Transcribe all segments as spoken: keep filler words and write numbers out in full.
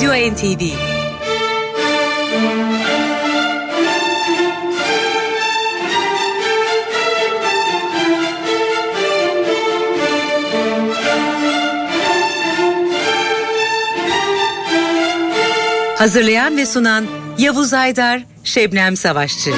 Stüdyo N T V. Hazırlayan ve sunan Yavuz Aydar, Şebnem Savaşçı.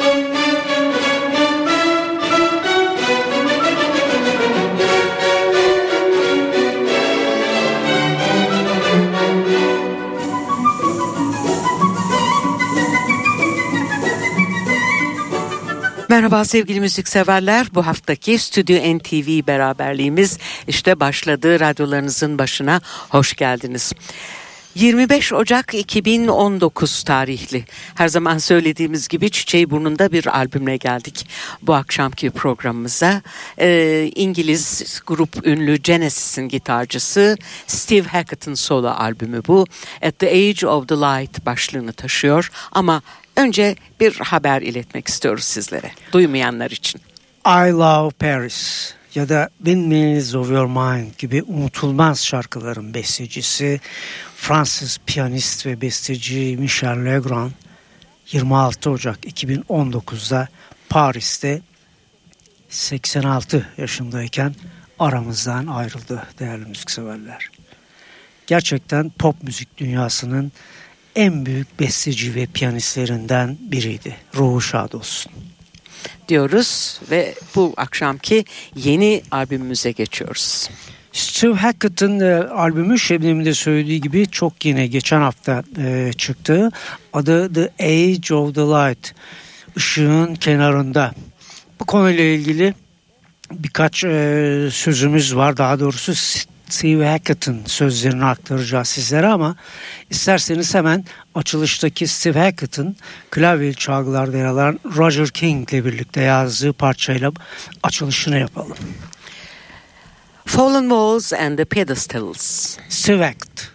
Merhaba sevgili müzikseverler. Bu haftaki Stüdyo N T V beraberliğimiz işte başladı. Radyolarınızın başına hoş geldiniz. yirmi beş Ocak iki bin on dokuz tarihli, her zaman söylediğimiz gibi çiçeği burnunda bir albümle geldik bu akşamki programımıza. Ee, İngiliz grup ünlü Genesis'in gitarcısı Steve Hackett'ın solo albümü bu. At the Age of the Light başlığını taşıyor ama önce bir haber iletmek istiyoruz sizlere, duymayanlar için. I Love Paris ya da Windmills of Your Mind gibi unutulmaz şarkıların bestecisi Fransız piyanist ve besteci Michel Legrand yirmi altı Ocak iki bin on dokuzda Paris'te seksen altı yaşındayken aramızdan ayrıldı değerli müzikseverler. Gerçekten pop müzik dünyasının en büyük besteci ve piyanistlerinden biriydi. Ruhu şad olsun diyoruz ve bu akşamki yeni albümümüze geçiyoruz. Steve Hackett'ın e, albümü Şebnem'in de söylediği gibi çok yeni, geçen hafta e, çıktı. Adı The Age of the Light, ışığın kenarında. Bu konuyla ilgili birkaç e, sözümüz var, daha doğrusu Steve Hackett'ın sözlerini aktaracağız sizlere ama isterseniz hemen açılıştaki Steve Hackett'ın klavyeli çalgılarda yer alan Roger King ile birlikte yazdığı parçayla açılışını yapalım. Fallen Walls and the Pedestals. Steve Hackett.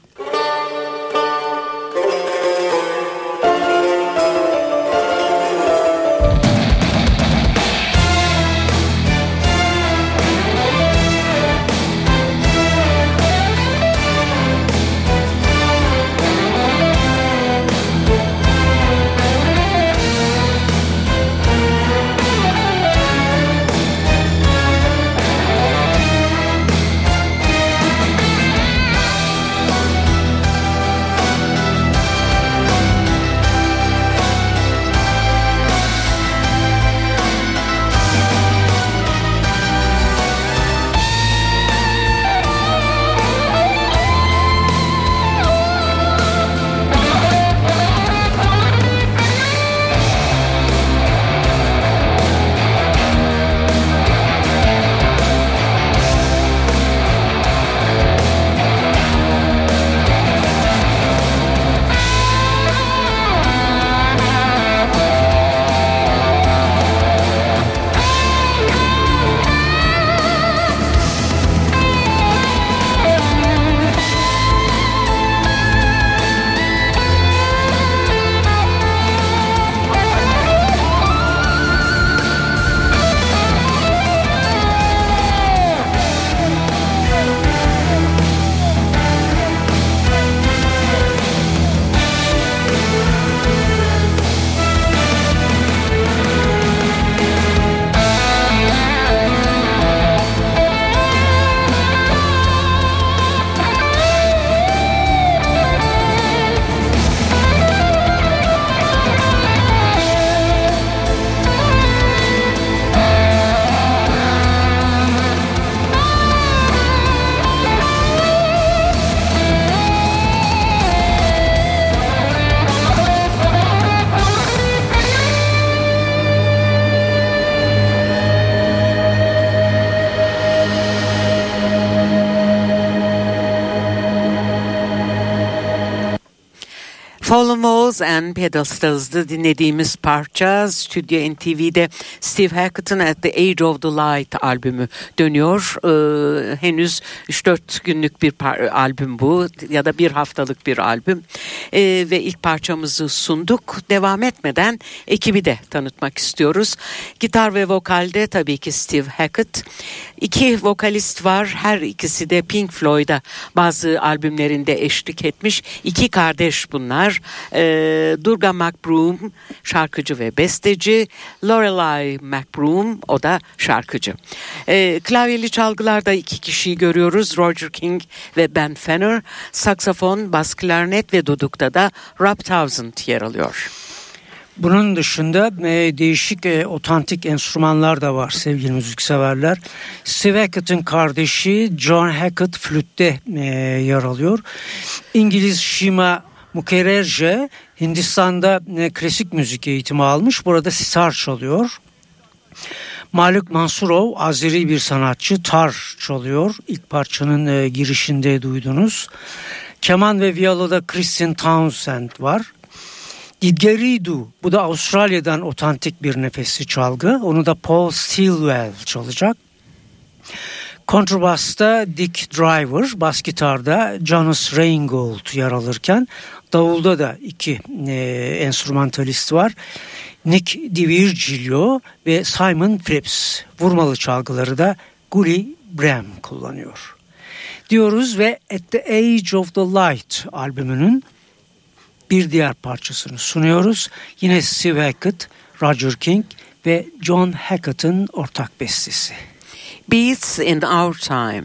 Fallen Walls and Pedestals'da dinlediğimiz parça Stüdyo N T V'de Steve Hackett'ın At the Age of the Light albümü dönüyor. Ee, henüz üç dört günlük bir par- albüm bu ya da bir haftalık bir albüm. Ee, ve ilk parçamızı sunduk. Devam etmeden ekibi de tanıtmak istiyoruz. Gitar ve vokalde tabii ki Steve Hackett. İki vokalist var. Her ikisi de Pink Floyd'a bazı albümlerinde eşlik etmiş. İki kardeş bunlar. Ee, Durga McBroom şarkıcı ve besteci. Lorelei McBroom o da şarkıcı. Ee, klavyeli çalgılarda iki kişiyi görüyoruz. Roger King ve Ben Fenner. Saksafon, bas klarnet ve dudukta da Rob Townsend yer alıyor. Bunun dışında e, değişik e, otantik enstrümanlar da var sevgili müzikseverler. Steve Hackett'ın kardeşi John Hackett flütte e, yer alıyor. İngiliz Shima Mukherjee Hindistan'da e, klasik müzik eğitimi almış. Burada sitar çalıyor. Malik Mansurov Azeri bir sanatçı, tar çalıyor. İlk parçanın e, girişinde duydunuz. Keman ve viyolada Christian Townsend var. Didgeridoo, bu da Avustralya'dan otantik bir nefesli çalgı. Onu da Paul Stilwell çalacak. Kontrabasta Dick Driver, bas gitarda Jonas Reingold yer alırken davulda da iki e, enstrümantalist var. Nick DiVirgilio ve Simon Phillips. Vurmalı çalgıları da Gully Bram kullanıyor. Diyoruz ve At the Age of the Light albümünün bir diğer parçasını sunuyoruz. Yine Steve Hackett, Roger King ve John Hackett'ın ortak bestesi. Beats in Our Time.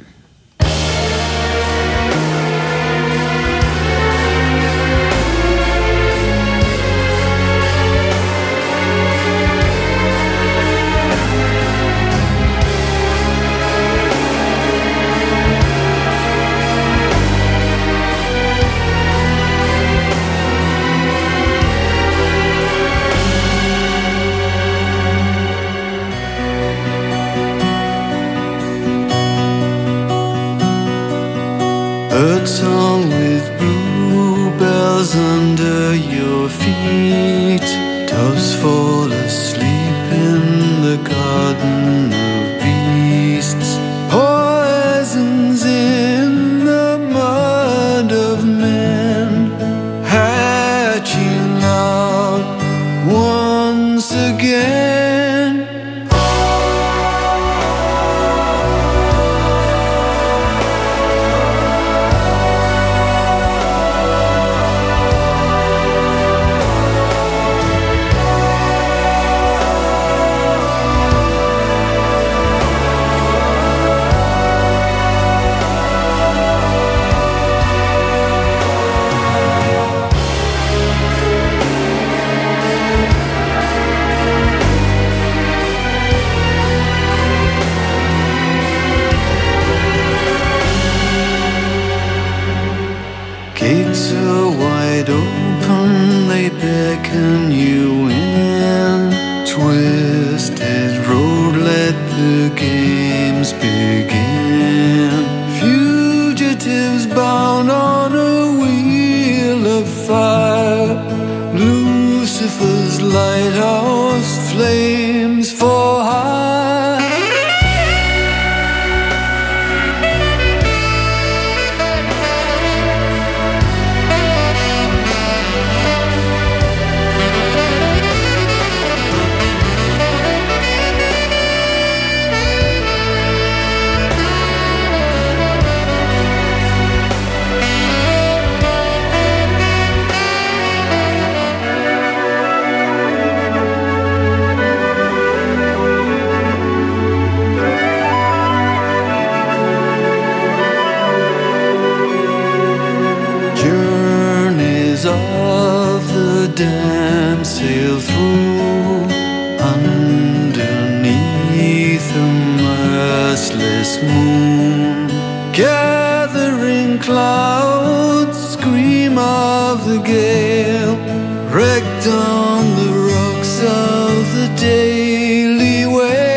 A song with bluebells under your feet. Doves fall asleep in the garden of beasts. Poisons in the mud of men, hatching out once again. Gates are wide open, they beckon you in. Twisted road, let the games begin. Fugitives bound on a wheel of fire. Lucifer's lighthouse flames for high. Of the dam sail through underneath a merciless moon. Gathering clouds scream of the gale, wrecked on the rocks of the daily whale.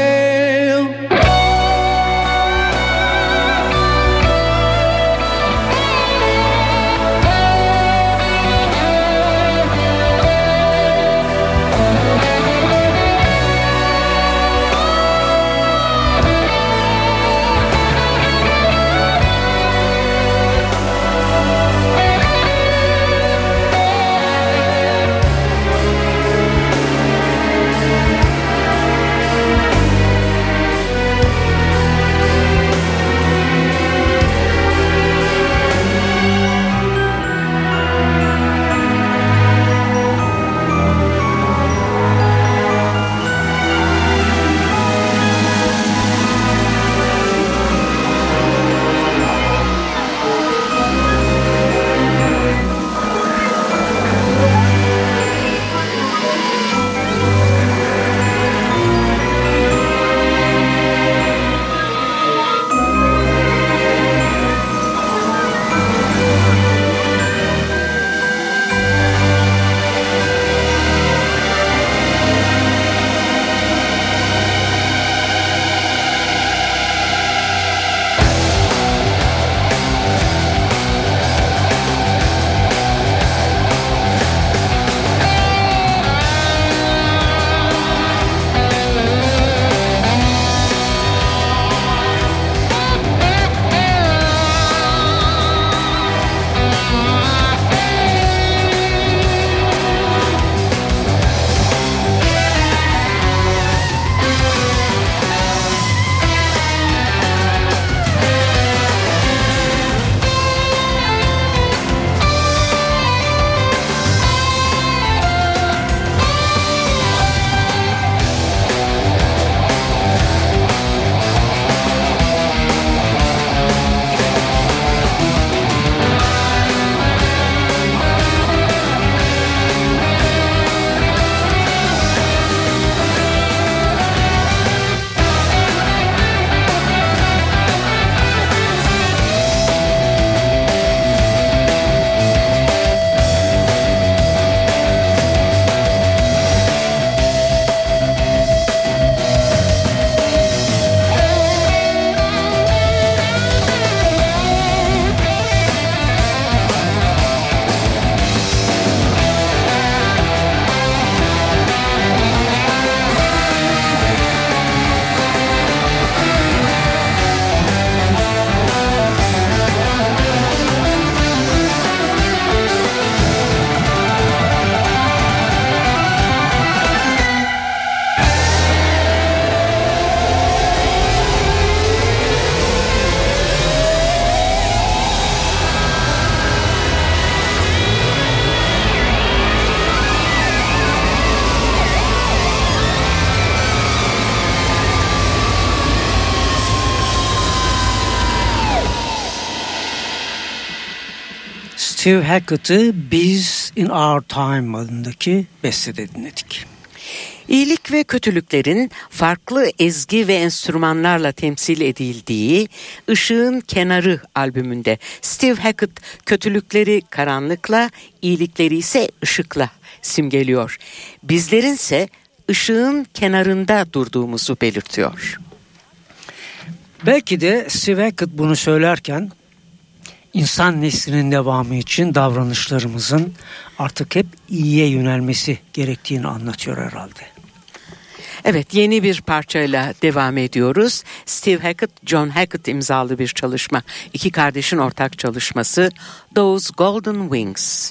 Steve Hackett'ı Biz in Our Time adındaki bestede dinledik. İyilik ve kötülüklerin farklı ezgi ve enstrümanlarla temsil edildiği Işığın Kenarı albümünde Steve Hackett kötülükleri karanlıkla, iyilikleri ise ışıkla simgeliyor. Bizlerinse ışığın kenarında durduğumuzu belirtiyor. Belki de Steve Hackett bunu söylerken insan neslinin devamı için davranışlarımızın artık hep iyiye yönelmesi gerektiğini anlatıyor herhalde. Evet, yeni bir parçayla devam ediyoruz. Steve Hackett, John Hackett imzalı bir çalışma. İki kardeşin ortak çalışması Those Golden Wings.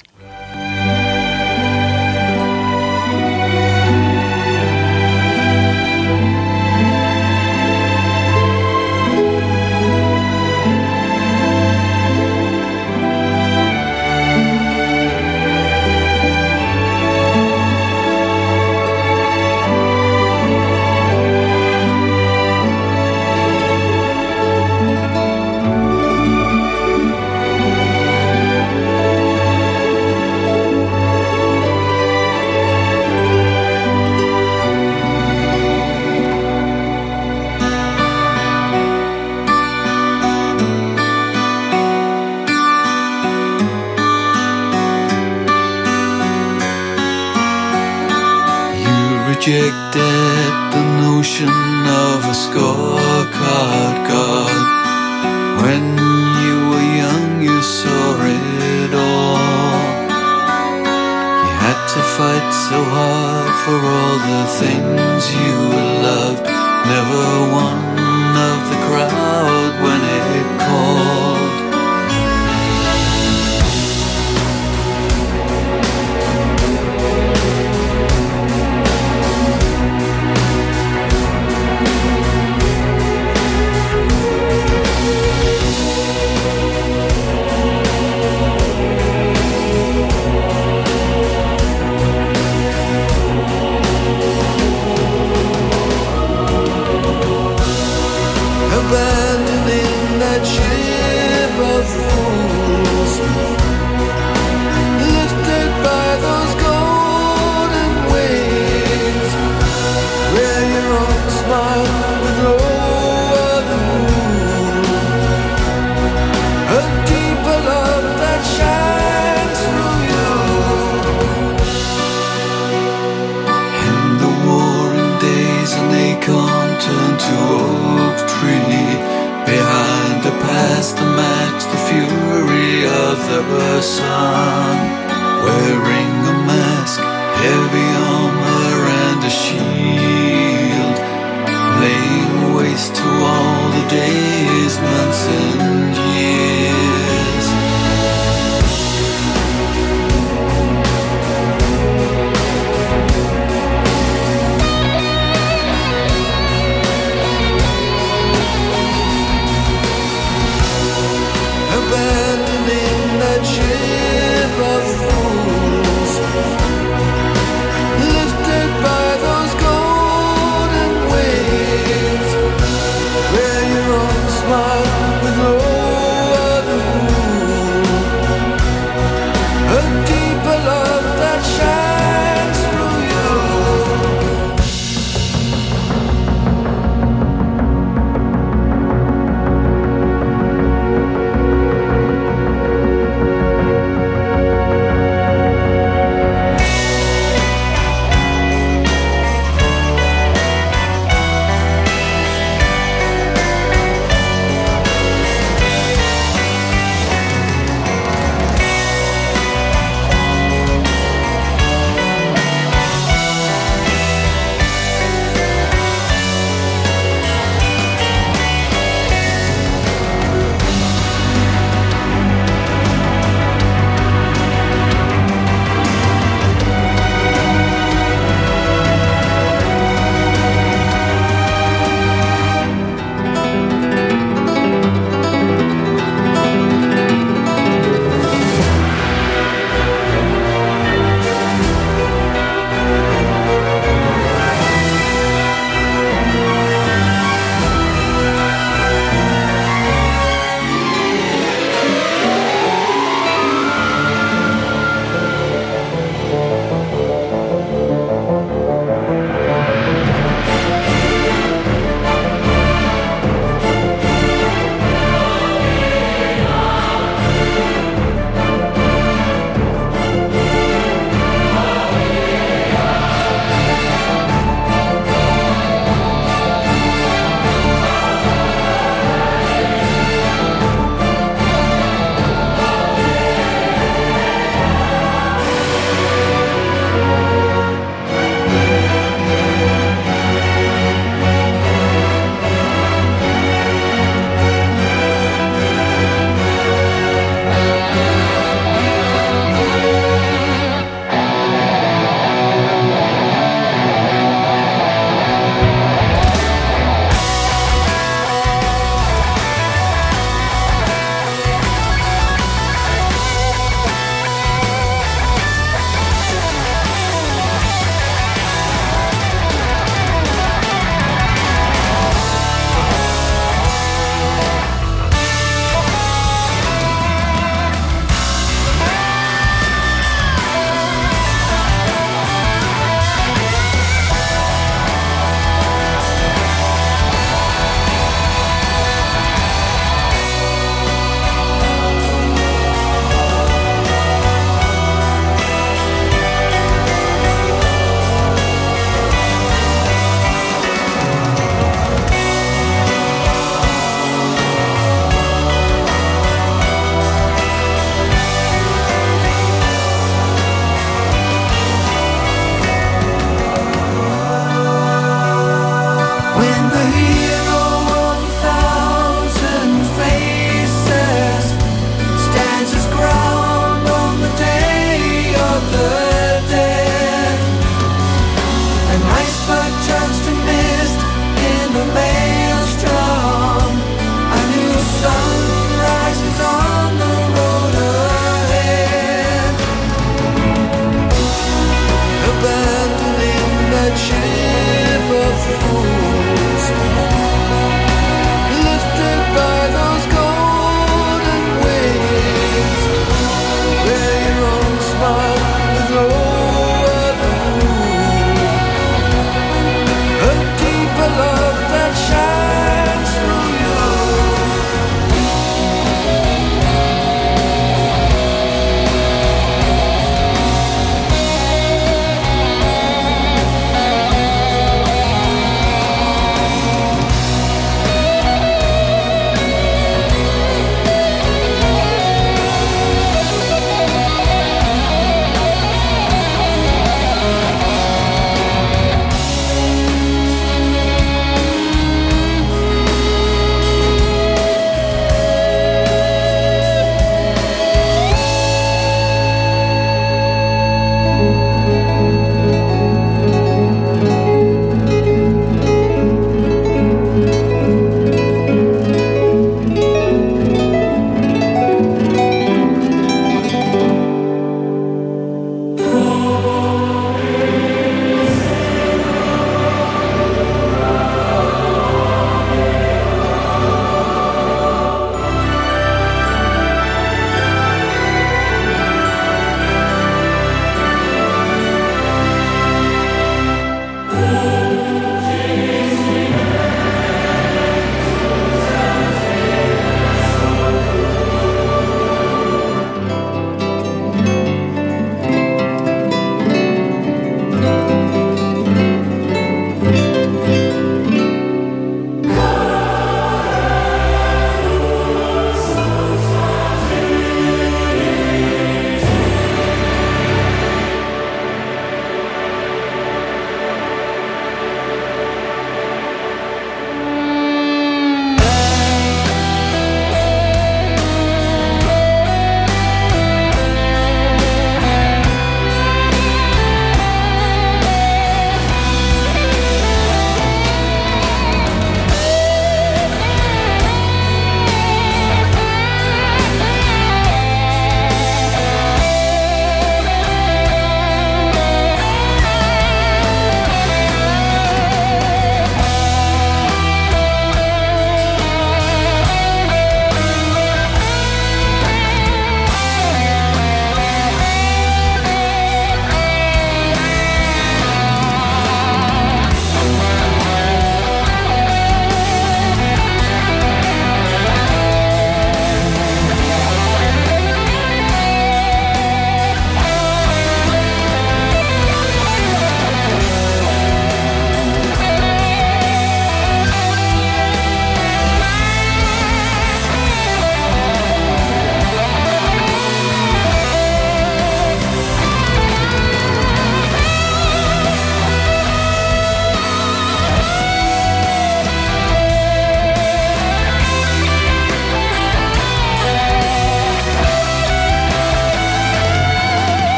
Rejected the notion of a scorecard, God. When you were young, you saw it all. You had to fight so hard for all the things you loved. Never one of the crowd when it called. Abandoning that ship of fools, lifted by those golden wings, wear your own smile with no other moon, a deeper love that shines through you. And the warring days and they can't turn to oak tree. Behind the past to match the fury of the sun, wearing a mask, heavy armor and a shield, laying waste to all the days, months and years. Abandoning that ship of fools, lifted by those golden wings, wear your own smile with no other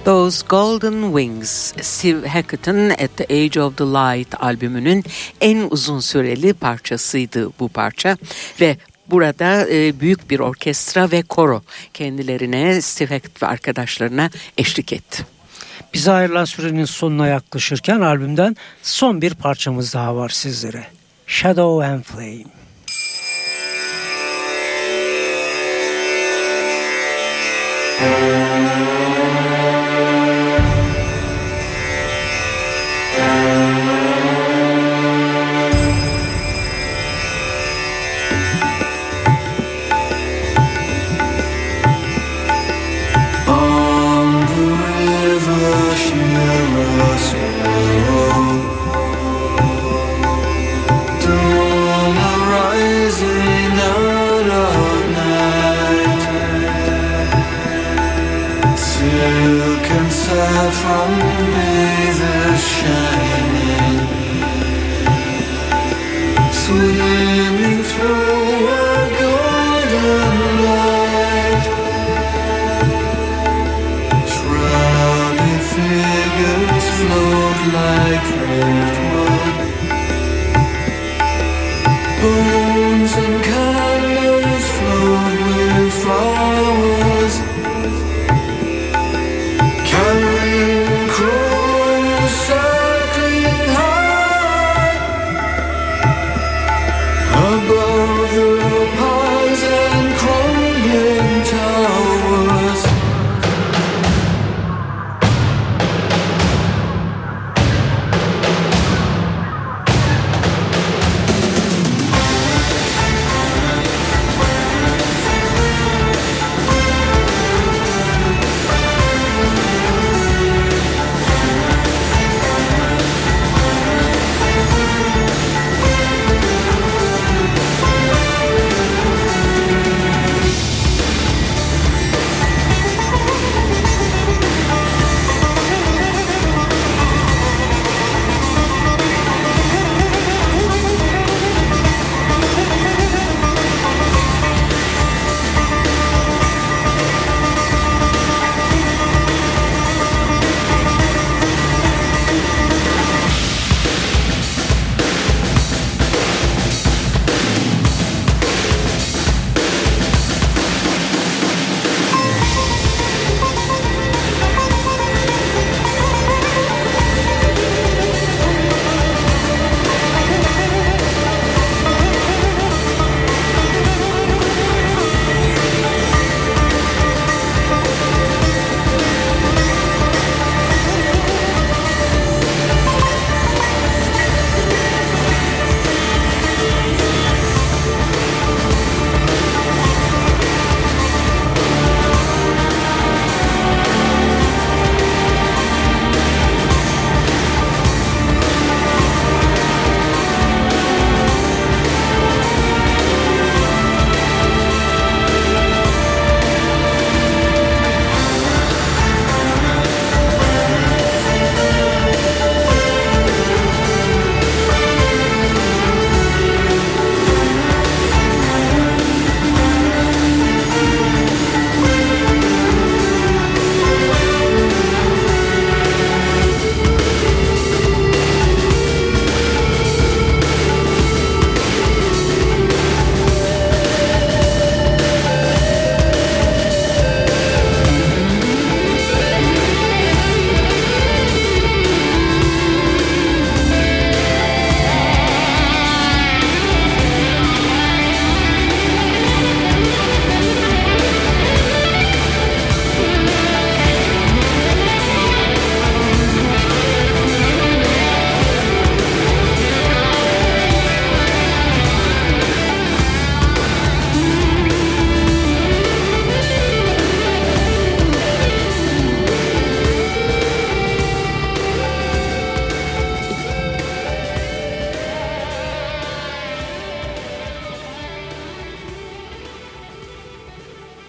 Those Golden Wings, Steve Hackett'ın At the Age of the Light albümünün en uzun süreli parçasıydı bu parça ve burada e, büyük bir orkestra ve koro kendilerine, Steve Hackett ve arkadaşlarına eşlik etti. Bize ayrılan sürenin sonuna yaklaşırken albümden son bir parçamız daha var sizlere. Shadow and Flame.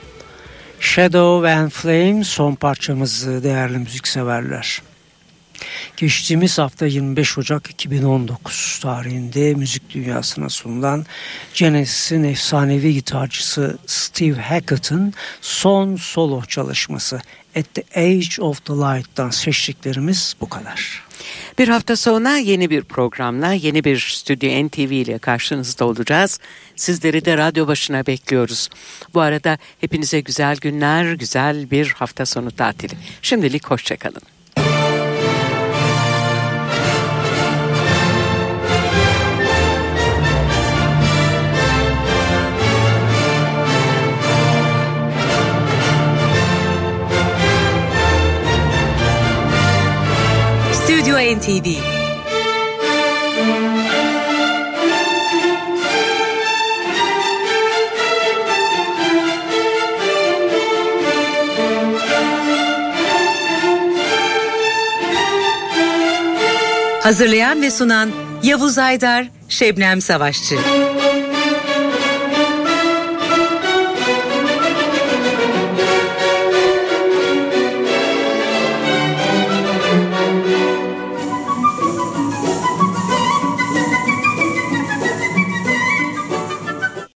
Shadow and Flame son parçamızı değerli müzikseverler. Geçtiğimiz hafta yirmi beş Ocak iki bin on dokuz tarihinde müzik dünyasına sunulan Genesis'in efsanevi gitarcısı Steve Hackett'ın son solo çalışması At the Age of the Light'tan seçtiklerimiz bu kadar. Bir hafta sonra yeni bir programla, yeni bir Stüdyo N T V ile karşınızda olacağız. Sizleri de radyo başına bekliyoruz. Bu arada hepinize güzel günler, güzel bir hafta sonu tatili. Şimdilik hoşçakalın. Stüdyo N T V. Hazırlayan ve sunan Yavuz Aydar, Şebnem Savaşçı.